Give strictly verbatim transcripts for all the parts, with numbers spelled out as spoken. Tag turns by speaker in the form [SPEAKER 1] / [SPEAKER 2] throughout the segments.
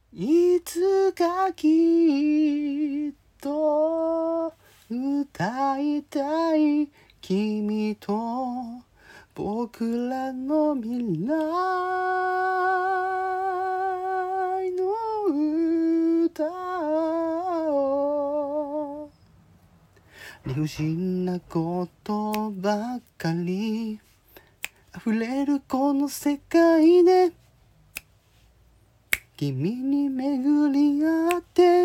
[SPEAKER 1] いつかきっと歌いたい君と僕らの未来の歌を理不尽なことばっかり溢れるこの世界で君に巡り合って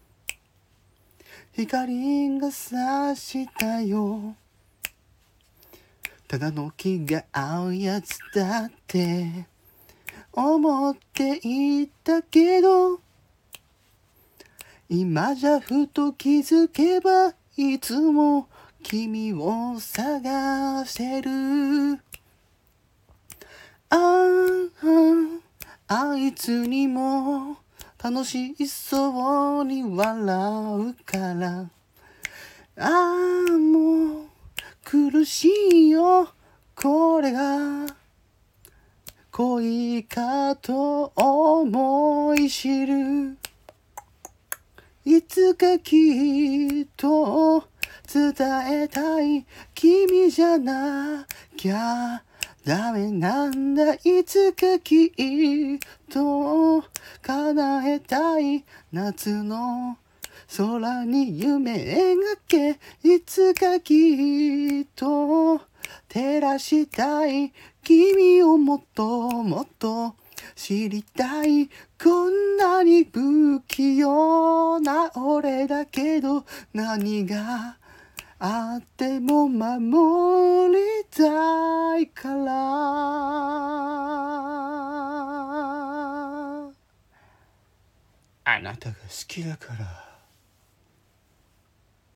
[SPEAKER 1] 光が差したよ。ただの気が合うやつだって思っていたけど、今じゃふと気づけばいつも君を探してる。ああ、あいつにも楽しそうに笑うから、ああもう苦しいよこれが恋かと思い知る。いつかきっと伝えたい君じゃなきゃダメなんだ。いつかきっと叶えたい夏の空に夢描け。いつかきっと照らしたい君をもっともっと知りたい。こんなに不器用な俺だけど何があっても守りたいから。あなたが好きだから。